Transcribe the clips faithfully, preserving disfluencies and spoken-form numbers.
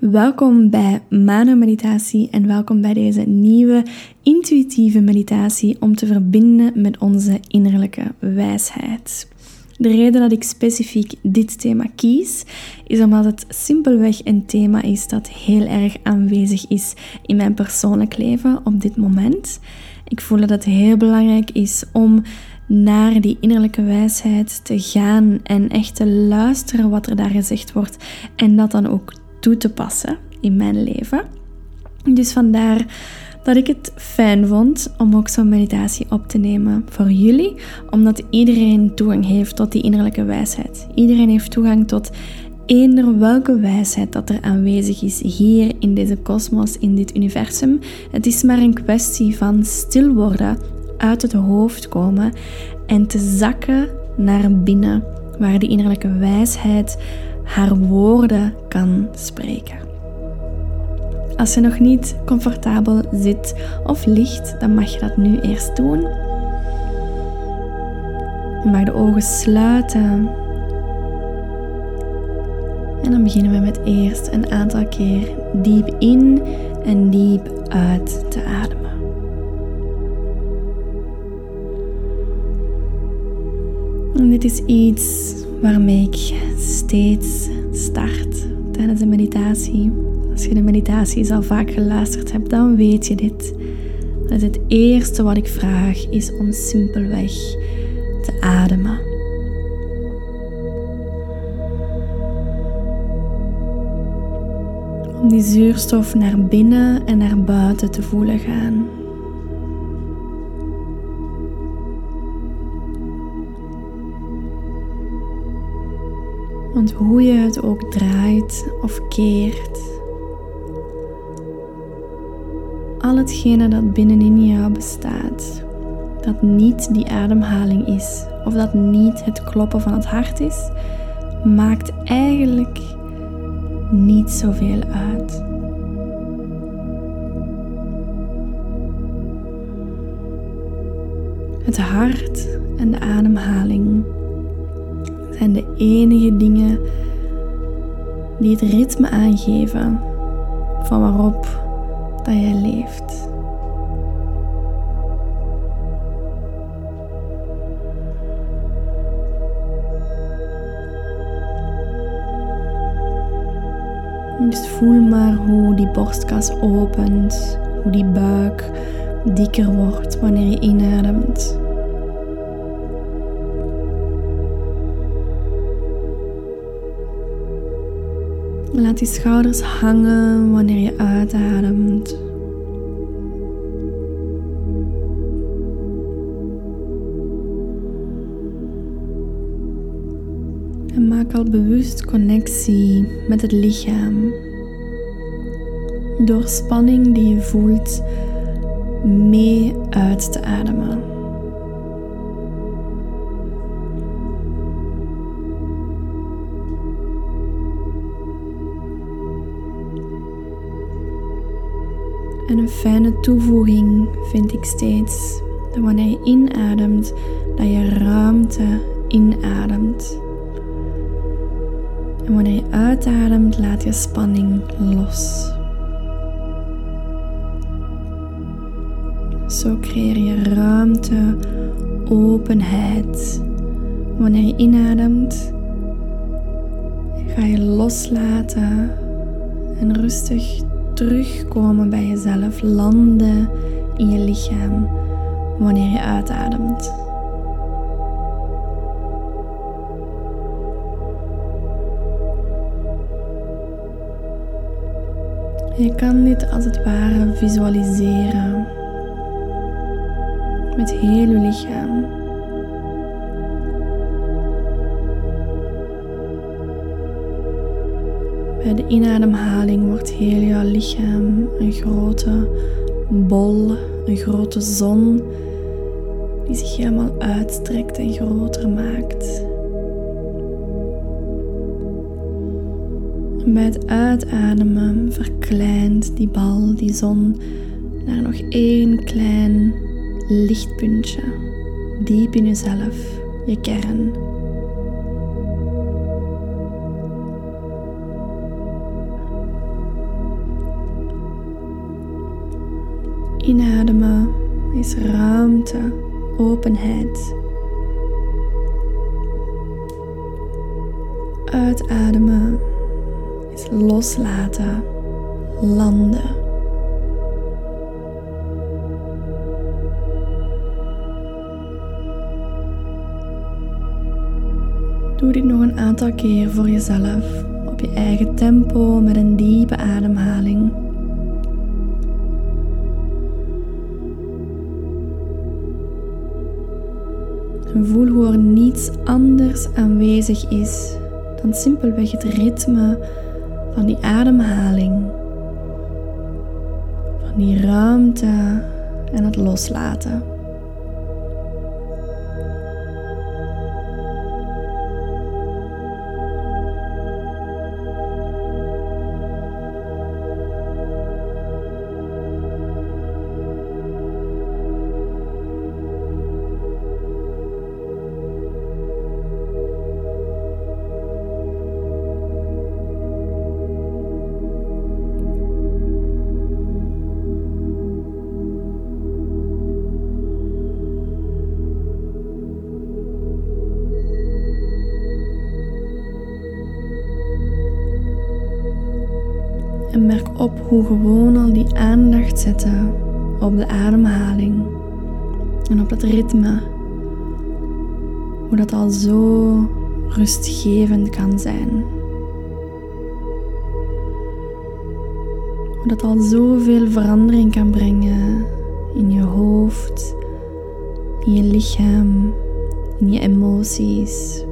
Welkom bij Mano Meditatie en welkom bij deze nieuwe intuïtieve meditatie om te verbinden met onze innerlijke wijsheid. De reden dat ik specifiek dit thema kies, is omdat het simpelweg een thema is dat heel erg aanwezig is in mijn persoonlijk leven op dit moment. Ik voel dat het heel belangrijk is om naar die innerlijke wijsheid te gaan en echt te luisteren wat er daar gezegd wordt en dat dan ook toe te passen in mijn leven. Dus vandaar dat ik het fijn vond om ook zo'n meditatie op te nemen voor jullie, omdat iedereen toegang heeft tot die innerlijke wijsheid. Iedereen heeft toegang tot eender welke wijsheid dat er aanwezig is hier in deze kosmos, in dit universum. Het is maar een kwestie van stil worden, uit het hoofd komen en te zakken naar binnen, waar die innerlijke wijsheid haar woorden kan spreken. Als je nog niet comfortabel zit of ligt, dan mag je dat nu eerst doen. Je mag de ogen sluiten. En dan beginnen we met eerst een aantal keer diep in en diep uit te ademen. En dit is iets waarmee ik steeds start tijdens de meditatie. Als je de meditaties al vaak geluisterd hebt, dan weet je dit. Dus het eerste wat ik vraag is om simpelweg te ademen. Om die zuurstof naar binnen en naar buiten te voelen gaan. Want hoe je het ook draait of keert, al hetgene dat binnenin jou bestaat, dat niet die ademhaling is of dat niet het kloppen van het hart is, maakt eigenlijk niet zoveel uit. Het hart en de ademhaling zijn de enige dingen die het ritme aangeven van waarop dat jij leeft. Dus voel maar hoe die borstkas opent, hoe die buik dikker wordt wanneer je inademt. Laat die schouders hangen wanneer je uitademt. En maak al bewust connectie met het lichaam. Door spanning die je voelt mee uit te ademen. En een fijne toevoeging vind ik steeds dat wanneer je inademt, dat je ruimte inademt. En wanneer je uitademt, laat je spanning los. Zo creëer je ruimte, openheid. Wanneer je inademt, ga je loslaten en rustig terugkomen bij jezelf, landen in je lichaam wanneer je uitademt. Je kan dit als het ware visualiseren met heel je lichaam. Bij de inademhaling wordt heel jouw lichaam een grote bol, een grote zon die zich helemaal uitstrekt en groter maakt. En bij het uitademen verkleint die bal, die zon, naar nog één klein lichtpuntje, diep in jezelf, je kern. Inademen is ruimte, openheid. Uitademen is loslaten, landen. Doe dit nog een aantal keer voor jezelf, op je eigen tempo met een diepe ademhaling. En voel hoe er niets anders aanwezig is dan simpelweg het ritme van die ademhaling, van die ruimte en het loslaten. En merk op hoe gewoon al die aandacht zetten op de ademhaling en op het ritme, hoe dat al zo rustgevend kan zijn. Hoe dat al zoveel verandering kan brengen in je hoofd, in je lichaam, in je emoties.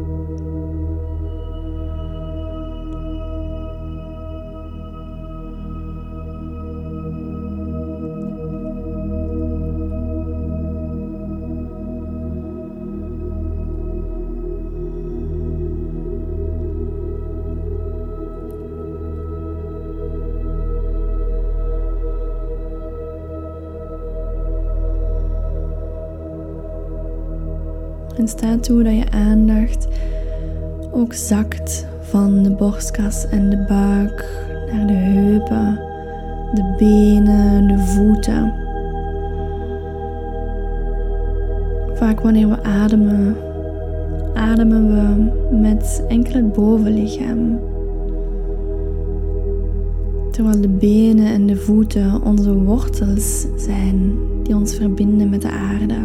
En sta toe dat je aandacht ook zakt van de borstkas en de buik naar de heupen, de benen, de voeten. Vaak wanneer we ademen, ademen we met enkel het bovenlichaam. Terwijl de benen en de voeten onze wortels zijn die ons verbinden met de aarde.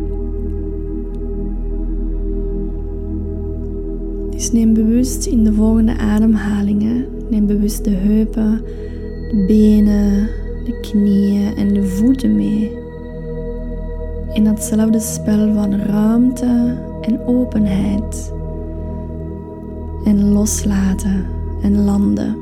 Dus neem bewust in de volgende ademhalingen, neem bewust de heupen, de benen, de knieën en de voeten mee. In datzelfde spel van ruimte en openheid. En loslaten en landen.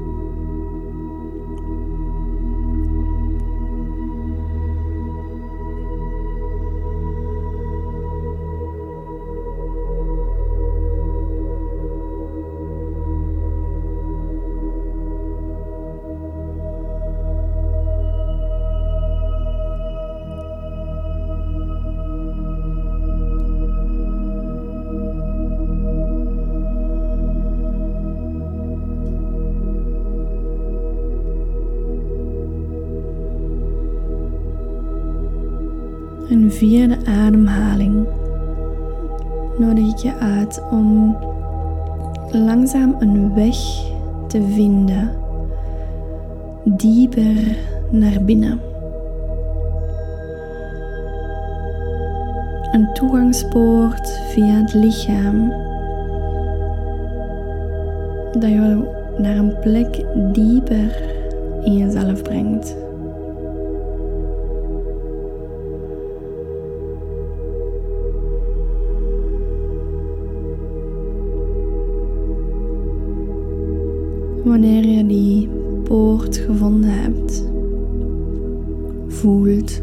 En via de ademhaling nodig ik je uit om langzaam een weg te vinden, dieper naar binnen. Een toegangspoort via het lichaam, dat je naar een plek dieper in jezelf brengt. Wanneer je die poort gevonden hebt, voelt,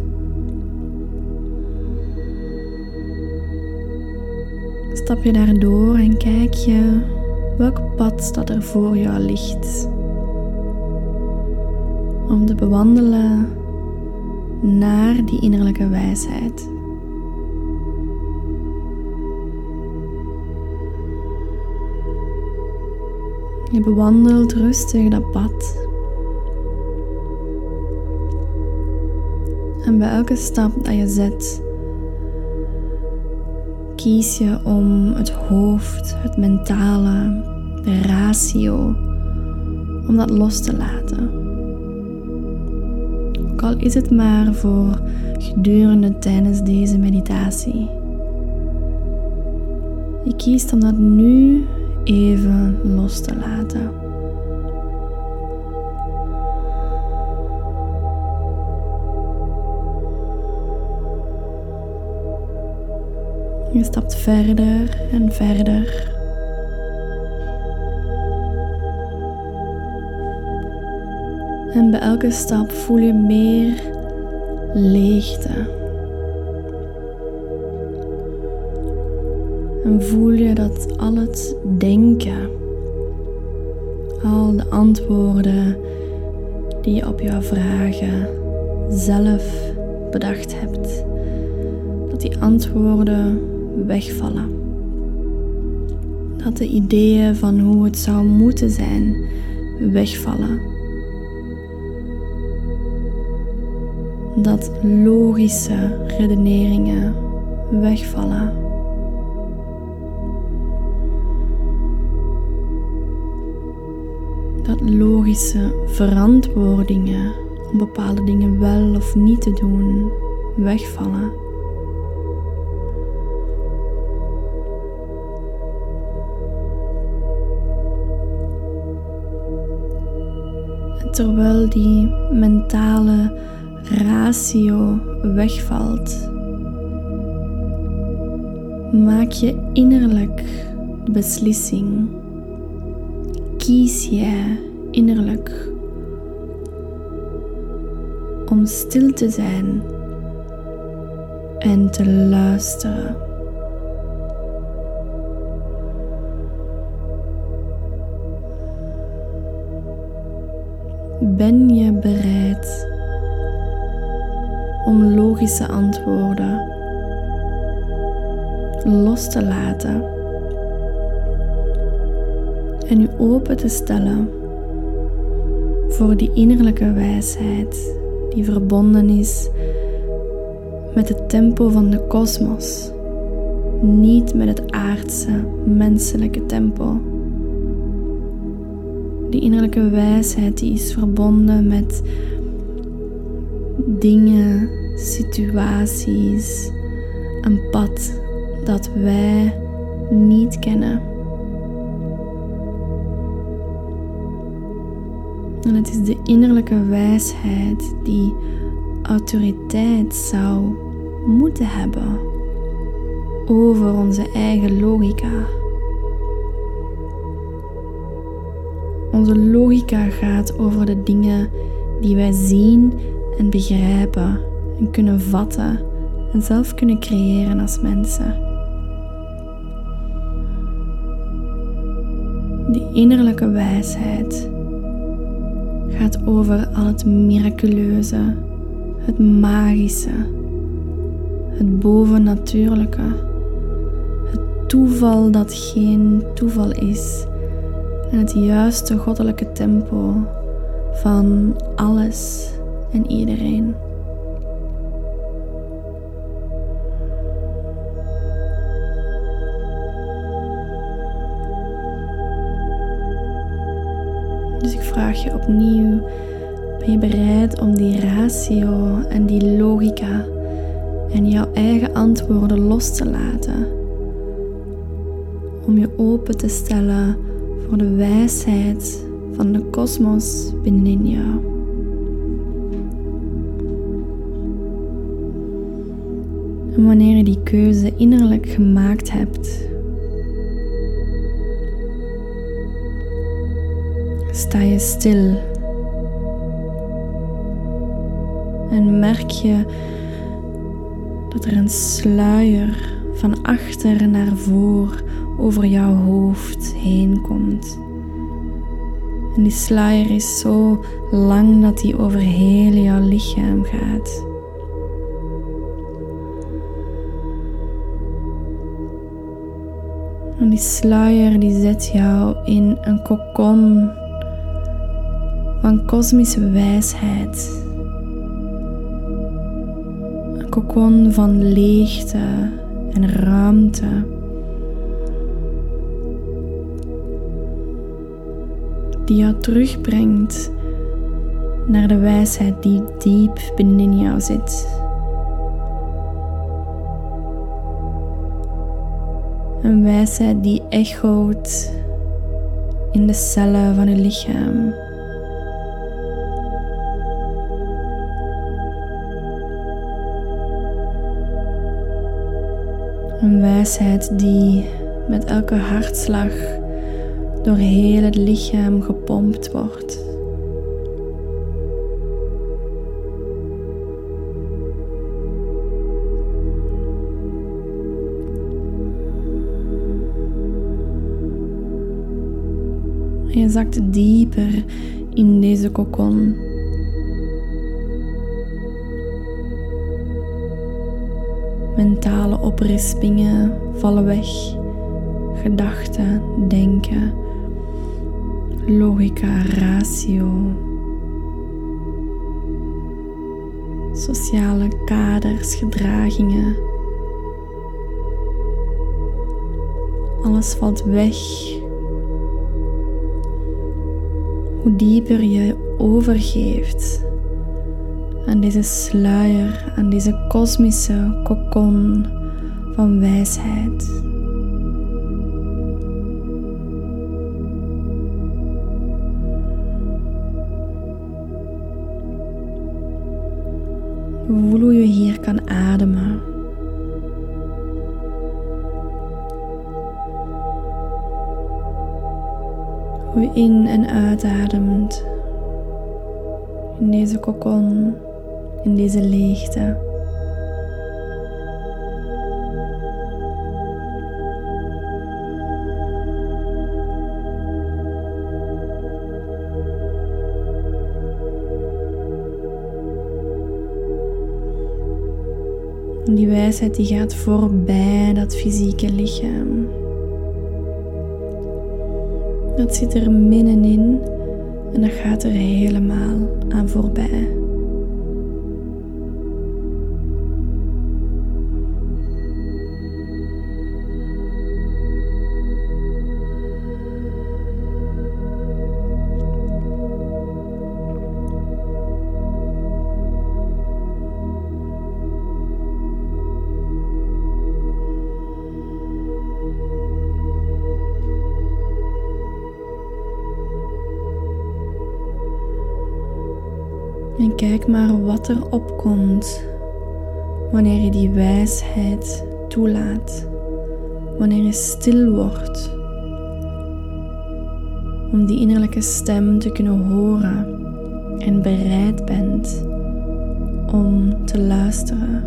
stap je daardoor en kijk je welk pad dat er voor jou ligt. Om te bewandelen naar die innerlijke wijsheid. Je bewandelt rustig dat pad. En bij elke stap dat je zet, kies je om het hoofd, het mentale, de ratio, om dat los te laten. Ook al is het maar voor gedurende tijdens deze meditatie. Je kiest om dat nu even los te laten. Je stapt verder en verder. En bij elke stap voel je meer leegte. En voel je dat al het denken, al de antwoorden die je op jouw vragen zelf bedacht hebt, dat die antwoorden wegvallen. Dat de ideeën van hoe het zou moeten zijn wegvallen. Dat logische redeneringen wegvallen. Dat logische verantwoordingen om bepaalde dingen wel of niet te doen wegvallen. En terwijl die mentale ratio wegvalt, maak je innerlijk de beslissing. Kies jij innerlijk om stil te zijn en te luisteren. Ben je bereid om logische antwoorden los te laten en u open te stellen voor die innerlijke wijsheid die verbonden is met het tempo van de kosmos, niet met het aardse, menselijke tempo. Die innerlijke wijsheid die is verbonden met dingen, situaties, een pad dat wij niet kennen. En het is de innerlijke wijsheid die autoriteit zou moeten hebben over onze eigen logica. Onze logica gaat over de dingen die wij zien en begrijpen en kunnen vatten en zelf kunnen creëren als mensen. Die innerlijke wijsheid gaat over al het miraculeuze, het magische, het bovennatuurlijke, het toeval dat geen toeval is en het juiste goddelijke tempo van alles en iedereen. Dus ik vraag je opnieuw, ben je bereid om die ratio en die logica en jouw eigen antwoorden los te laten? Om je open te stellen voor de wijsheid van de kosmos binnenin jou. En wanneer je die keuze innerlijk gemaakt hebt, sta je stil en merk je dat er een sluier van achter naar voor over jouw hoofd heen komt. En die sluier is zo lang dat die over heel jouw lichaam gaat. En die sluier die zet jou in een kokon van kosmische wijsheid. kokon van leegte en ruimte. Die jou terugbrengt naar de wijsheid die diep binnenin jou zit. Een wijsheid die echoot in de cellen van je lichaam. Een wijsheid die met elke hartslag door heel het lichaam gepompt wordt. Je zakt dieper in deze kokon. Mentale oprispingen vallen weg. Gedachten, denken, logica, ratio, sociale kaders, gedragingen. Alles valt weg. Hoe dieper je overgeeft aan deze sluier, aan deze kosmische kokon van wijsheid. Voel hoe je hier kan ademen. Hoe je in- en uitademt in deze kokon, in deze leegte. En die wijsheid die gaat voorbij dat fysieke lichaam. Dat zit er middenin en dat gaat er helemaal aan voorbij. En kijk maar wat er opkomt wanneer je die wijsheid toelaat. Wanneer je stil wordt om die innerlijke stem te kunnen horen en bereid bent om te luisteren.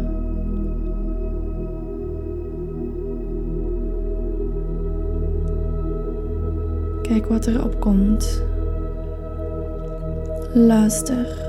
Kijk wat er opkomt. Luister.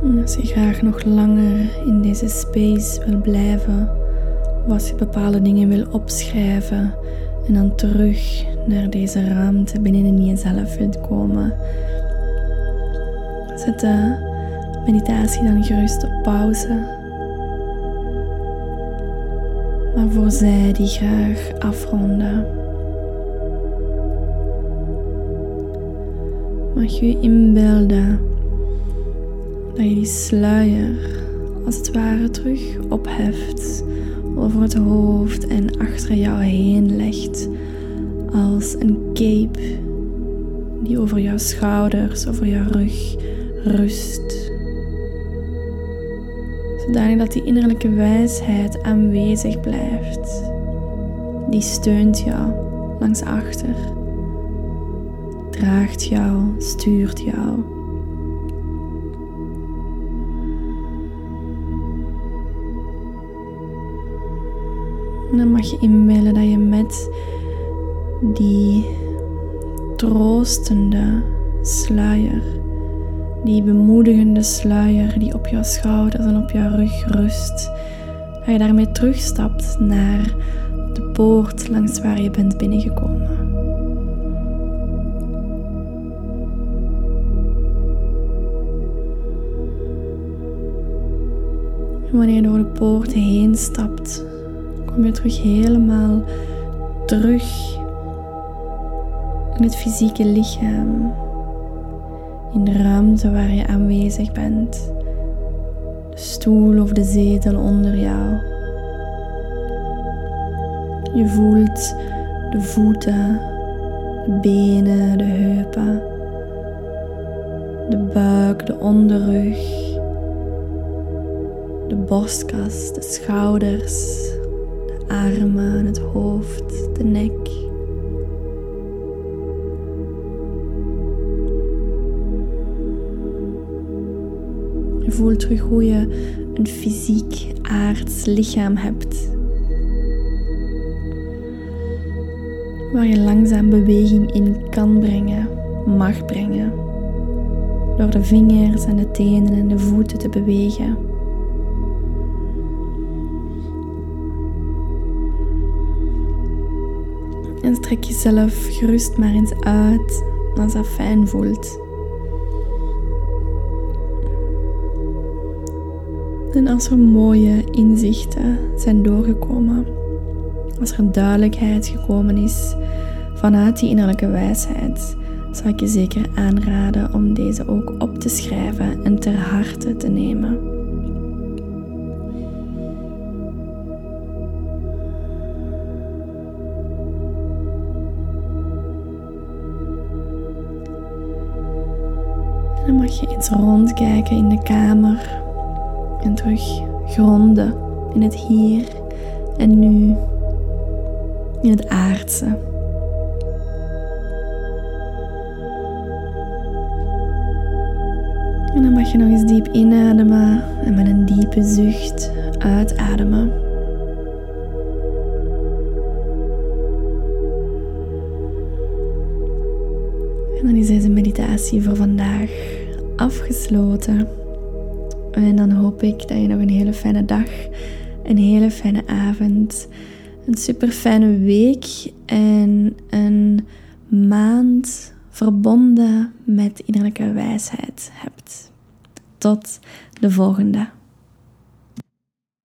Als je graag nog langer in deze space wil blijven, of als je bepaalde dingen wil opschrijven en dan terug naar deze ruimte binnenin jezelf wilt komen, zet de meditatie dan gerust op pauze. Maar voor zij die graag afronden, mag je je inbeelden dat je die sluier als het ware terug opheft over het hoofd en achter jou heen legt als een cape die over jouw schouders, over jouw rug rust. Zodanig dat die innerlijke wijsheid aanwezig blijft. Die steunt jou langs achter, draagt jou, stuurt jou. En dan mag je inbeelden dat je met die troostende sluier, die bemoedigende sluier die op jouw schouders en op jouw rug rust, dat je daarmee terugstapt naar de poort langs waar je bent binnengekomen. En wanneer je door de poort heen stapt, kom je terug helemaal terug in het fysieke lichaam, in de ruimte waar je aanwezig bent, de stoel of de zetel onder jou. Je voelt de voeten, de benen, de heupen, de buik, de onderrug, de borstkas, de schouders, de armen, het hoofd, de nek. Je voelt terug hoe je een fysiek aards lichaam hebt, waar je langzaam beweging in kan brengen, mag brengen, door de vingers en de tenen en de voeten te bewegen. En strek jezelf gerust maar eens uit als dat fijn voelt. En als er mooie inzichten zijn doorgekomen, als er duidelijkheid gekomen is vanuit die innerlijke wijsheid, zou ik je zeker aanraden om deze ook op te schrijven en ter harte te nemen. En dan mag je eens rondkijken in de kamer en terug gronden in het hier en nu, in het aardse. En dan mag je nog eens diep inademen en met een diepe zucht uitademen. En dan is deze meditatie voor vandaag afgesloten. En dan hoop ik dat je nog een hele fijne dag, een hele fijne avond, een super fijne week en een maand verbonden met innerlijke wijsheid hebt. Tot de volgende.